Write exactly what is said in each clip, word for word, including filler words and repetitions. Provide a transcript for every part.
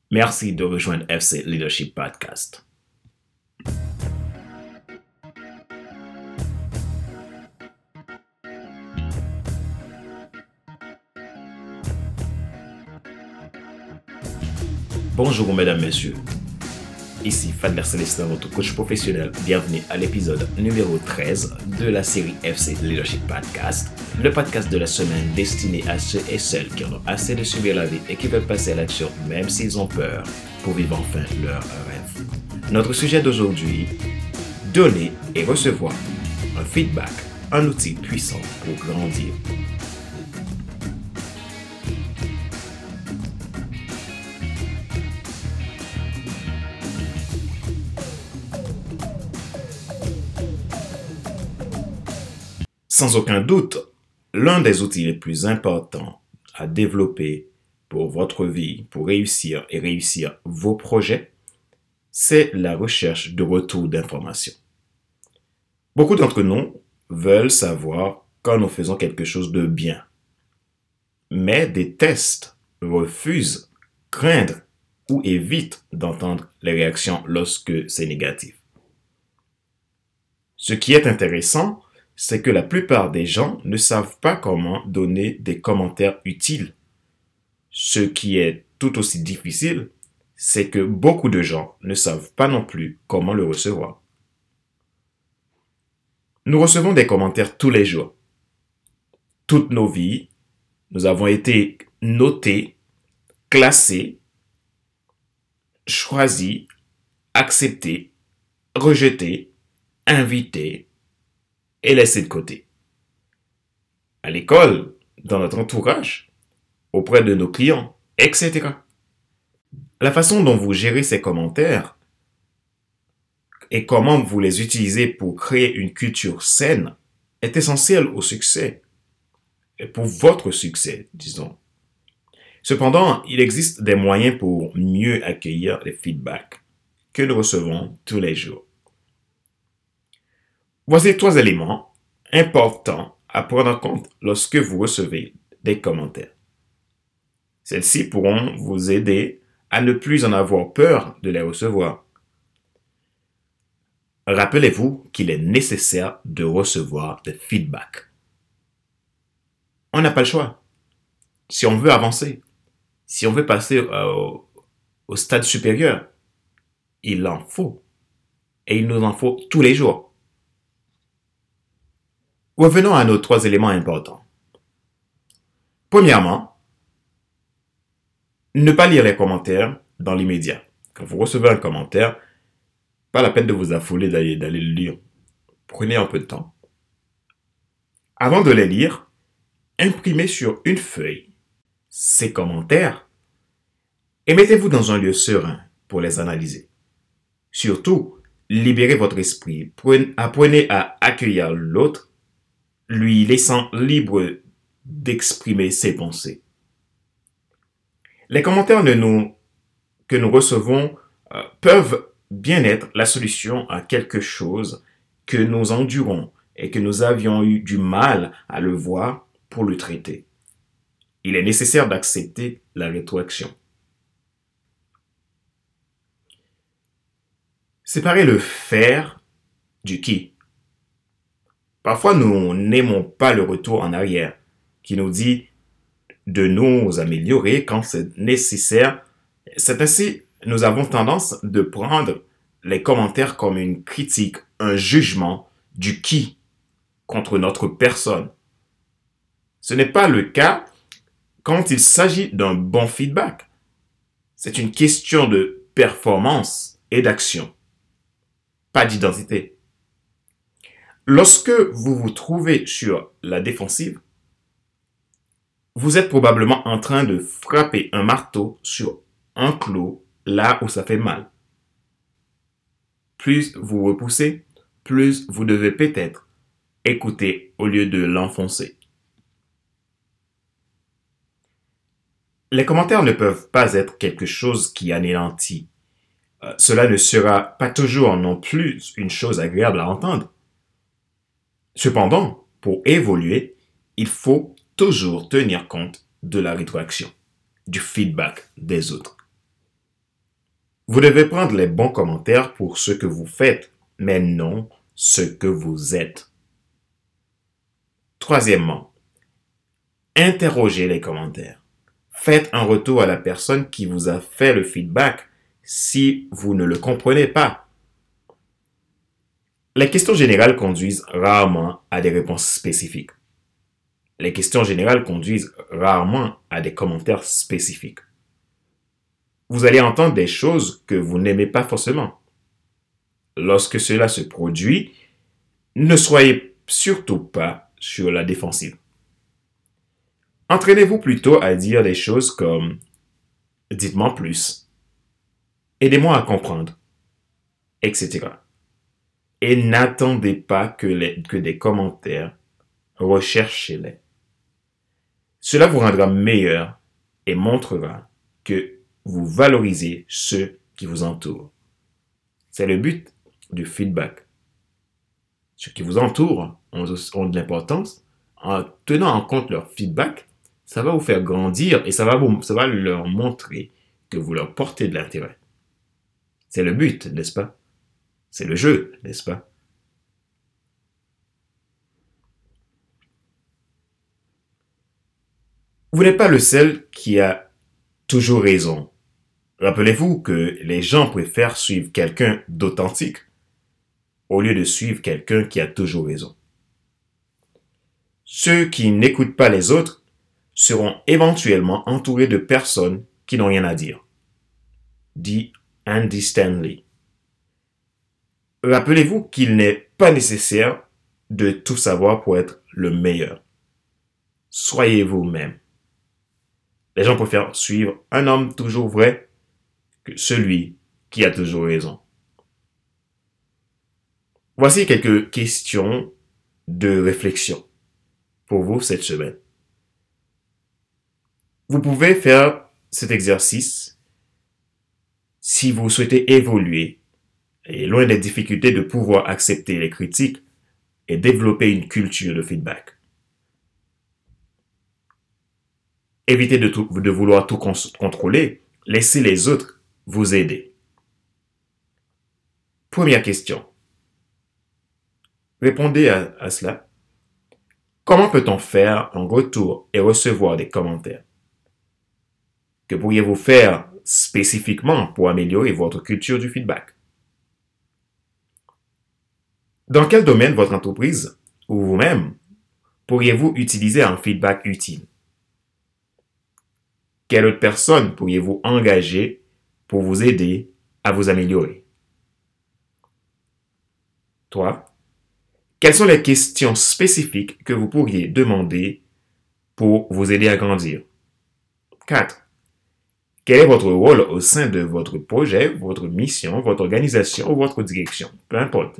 Merci de rejoindre F C Leadership Podcast. Bonjour mesdames, messieurs. Ici Fadler Célestin, votre coach professionnel. Bienvenue à l'épisode numéro treize de la série F C Leadership Podcast, le podcast de la semaine destiné à ceux et celles qui en ont assez de subir la vie et qui veulent passer à l'action même s'ils ont peur pour vivre enfin leur rêve. Notre sujet d'aujourd'hui, donner et recevoir un feedback, un outil puissant pour grandir. Sans aucun doute, l'un des outils les plus importants à développer pour votre vie, pour réussir et réussir vos projets, c'est la recherche de retour d'informations. Beaucoup d'entre nous veulent savoir quand nous faisons quelque chose de bien, mais détestent, refusent, craignent ou évitent d'entendre les réactions lorsque c'est négatif. Ce qui est intéressant, c'est que la plupart des gens ne savent pas comment donner des commentaires utiles. Ce qui est tout aussi difficile, c'est que beaucoup de gens ne savent pas non plus comment le recevoir. Nous recevons des commentaires tous les jours. Toutes nos vies, nous avons été notés, classés, choisis, acceptés, rejetés, invités et laissés de côté. À l'école, dans notre entourage, auprès de nos clients, et cetera. La façon dont vous gérez ces commentaires et comment vous les utilisez pour créer une culture saine est essentielle au succès, et pour votre succès, disons. Cependant, il existe des moyens pour mieux accueillir les feedbacks que nous recevons tous les jours. Voici trois éléments importants à prendre en compte lorsque vous recevez des commentaires. Celles-ci pourront vous aider à ne plus en avoir peur de les recevoir. Rappelez-vous qu'il est nécessaire de recevoir des feedbacks. On n'a pas le choix. Si on veut avancer, si on veut passer au, au stade supérieur, il en faut. Et il nous en faut tous les jours. Revenons à nos trois éléments importants. Premièrement, ne pas lire les commentaires dans l'immédiat. Quand vous recevez un commentaire, pas la peine de vous affoler d'aller, d'aller le lire. Prenez un peu de temps. Avant de les lire, imprimez sur une feuille ces commentaires et mettez-vous dans un lieu serein pour les analyser. Surtout, libérez votre esprit. Apprenez à accueillir l'autre, lui laissant libre d'exprimer ses pensées. Les commentaires de nous, que nous recevons euh, peuvent bien être la solution à quelque chose que nous endurons et que nous avions eu du mal à le voir pour le traiter. Il est nécessaire d'accepter la rétroaction. Séparez le faire du qui. Parfois, nous n'aimons pas le retour en arrière qui nous dit de nous améliorer quand c'est nécessaire. C'est ainsi, nous avons tendance de prendre les commentaires comme une critique, un jugement du qui contre notre personne. Ce n'est pas le cas quand il s'agit d'un bon feedback. C'est une question de performance et d'action, pas d'identité. Lorsque vous vous trouvez sur la défensive, vous êtes probablement en train de frapper un marteau sur un clou là où ça fait mal. Plus vous repoussez, plus vous devez peut-être écouter au lieu de l'enfoncer. Les commentaires ne peuvent pas être quelque chose qui anéantit. Euh, cela ne sera pas toujours non plus une chose agréable à entendre. Cependant, pour évoluer, il faut toujours tenir compte de la rétroaction, du feedback des autres. Vous devez prendre les bons commentaires pour ce que vous faites, mais non ce que vous êtes. Troisièmement, interrogez les commentaires. Faites un retour à la personne qui vous a fait le feedback si vous ne le comprenez pas. Les questions générales conduisent rarement à des réponses spécifiques. Les questions générales conduisent rarement à des commentaires spécifiques. Vous allez entendre des choses que vous n'aimez pas forcément. Lorsque cela se produit, ne soyez surtout pas sur la défensive. Entraînez-vous plutôt à dire des choses comme « dites-moi plus »,« aidez-moi à comprendre », et cetera. Et n'attendez pas que, les, que des commentaires, recherchez-les. Cela vous rendra meilleur et montrera que vous valorisez ceux qui vous entourent. C'est le but du feedback. Ceux qui vous entourent ont, ont de l'importance. En tenant en compte leur feedback, ça va vous faire grandir et ça va, vous, ça va leur montrer que vous leur portez de l'intérêt. C'est le but, n'est-ce pas? C'est le jeu, n'est-ce pas? Vous n'êtes pas le seul qui a toujours raison. Rappelez-vous que les gens préfèrent suivre quelqu'un d'authentique au lieu de suivre quelqu'un qui a toujours raison. Ceux qui n'écoutent pas les autres seront éventuellement entourés de personnes qui n'ont rien à dire, dit Andy Stanley. Rappelez-vous qu'il n'est pas nécessaire de tout savoir pour être le meilleur. Soyez vous-même. Les gens préfèrent suivre un homme toujours vrai que celui qui a toujours raison. Voici quelques questions de réflexion pour vous cette semaine. Vous pouvez faire cet exercice si vous souhaitez évoluer et loin des difficultés de pouvoir accepter les critiques et développer une culture de feedback. Évitez de, tout, de vouloir tout contrôler, laissez les autres vous aider. Première question. Répondez à, à cela. Comment peut-on faire un retour et recevoir des commentaires? Que pourriez-vous faire spécifiquement pour améliorer votre culture du feedback? Dans quel domaine votre entreprise ou vous-même pourriez-vous utiliser un feedback utile? Quelle autre personne pourriez-vous engager pour vous aider à vous améliorer? trois. Quelles sont les questions spécifiques que vous pourriez demander pour vous aider à grandir? quatre. Quel est votre rôle au sein de votre projet, votre mission, votre organisation ou votre direction? Peu importe.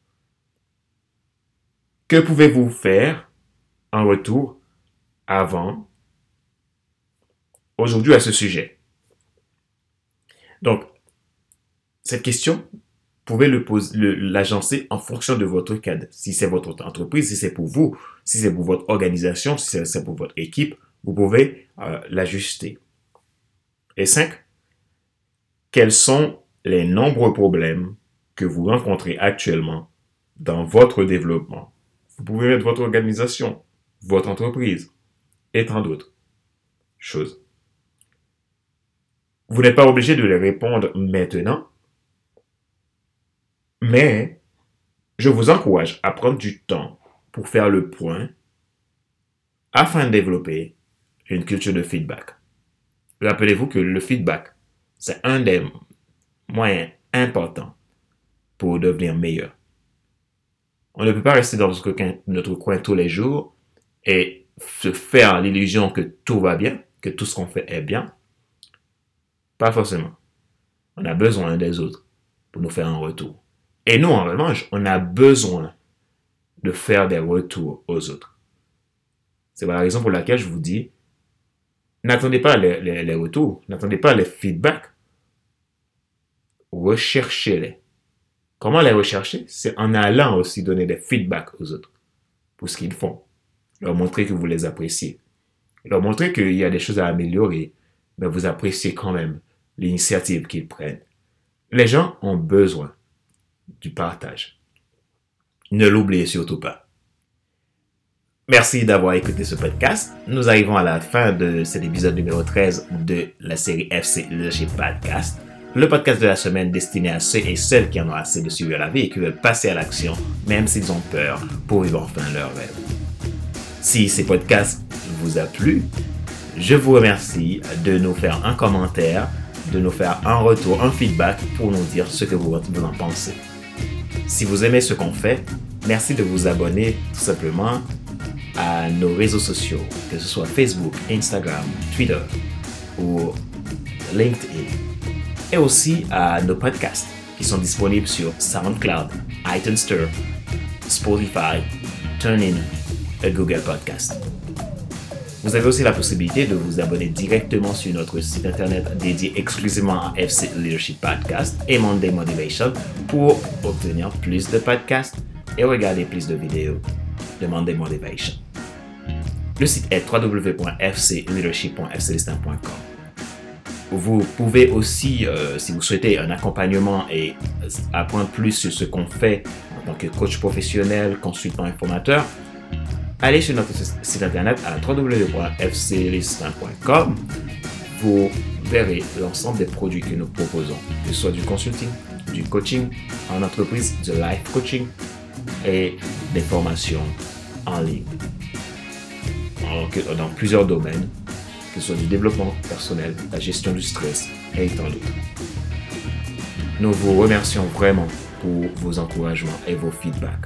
Que pouvez-vous faire en retour avant, aujourd'hui à ce sujet? Donc, cette question, vous pouvez le poser, le, l'agencer en fonction de votre cadre. Si c'est votre entreprise, si c'est pour vous, si c'est pour votre organisation, si c'est pour votre équipe, vous pouvez euh, l'ajuster. Et cinq, quels sont les nombreux problèmes que vous rencontrez actuellement dans votre développement? Vous pouvez mettre votre organisation, votre entreprise et tant d'autres choses. Vous n'êtes pas obligé de les répondre maintenant, mais je vous encourage à prendre du temps pour faire le point afin de développer une culture de feedback. Rappelez-vous que le feedback, c'est un des moyens importants pour devenir meilleur. On ne peut pas rester dans notre coin, notre coin tous les jours et se faire l'illusion que tout va bien, que tout ce qu'on fait est bien. Pas forcément. On a besoin des autres pour nous faire un retour. Et nous, en revanche, on a besoin de faire des retours aux autres. C'est la raison pour laquelle je vous dis, n'attendez pas les, les, les retours, n'attendez pas les feedbacks. Recherchez-les. Comment les rechercher? C'est en allant aussi donner des feedbacks aux autres pour ce qu'ils font. Leur montrer que vous les appréciez. Leur montrer qu'il y a des choses à améliorer, mais vous appréciez quand même l'initiative qu'ils prennent. Les gens ont besoin du partage. Ne l'oubliez surtout pas. Merci d'avoir écouté ce podcast. Nous arrivons à la fin de cet épisode numéro treize de la série F C Leadership Podcast. Le podcast de la semaine destiné à ceux et celles qui en ont assez de suivre la vie et qui veulent passer à l'action, même s'ils ont peur, pour vivre enfin leur rêve. Si ces podcasts vous a plu, je vous remercie de nous faire un commentaire, de nous faire un retour, un feedback pour nous dire ce que vous, vous en pensez. Si vous aimez ce qu'on fait, merci de vous abonner tout simplement à nos réseaux sociaux, que ce soit Facebook, Instagram, Twitter ou LinkedIn. Et aussi à nos podcasts qui sont disponibles sur SoundCloud, iTunes Store, Spotify, TuneIn et Google Podcast. Vous avez aussi la possibilité de vous abonner directement sur notre site internet dédié exclusivement à F C Leadership Podcast et Monday Motivation pour obtenir plus de podcasts et regarder plus de vidéos de Monday Motivation. Le site est w w w point f c leadership point f c listin point com. Vous pouvez aussi, euh, si vous souhaitez un accompagnement et apprendre plus sur ce qu'on fait en tant que coach professionnel, consultant et formateur, allez sur notre site internet à w w w point f c listin point com. Vous verrez l'ensemble des produits que nous proposons, que ce soit du consulting, du coaching en entreprise, du life coaching et des formations en ligne dans plusieurs domaines, que ce soit du développement personnel, la gestion du stress et tant d'autres. Nous vous remercions vraiment pour vos encouragements et vos feedbacks.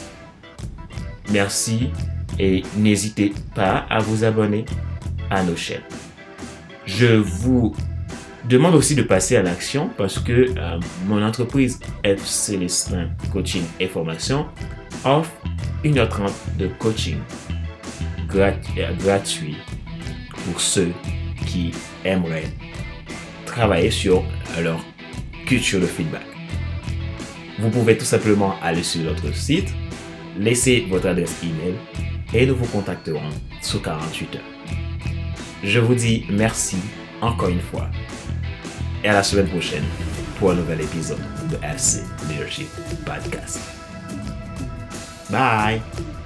Merci et n'hésitez pas à vous abonner à nos chaînes. Je vous demande aussi de passer à l'action parce que euh, mon entreprise F C Listin Coaching et Formation offre une heure trente de coaching grat- gratuit pour ceux qui aimeraient travailler sur leur culture de feedback. Vous pouvez tout simplement aller sur notre site, laisser votre adresse email et nous vous contacterons sous quarante-huit heures. Je vous dis merci encore une fois et à la semaine prochaine pour un nouvel épisode de F C Leadership Podcast. Bye!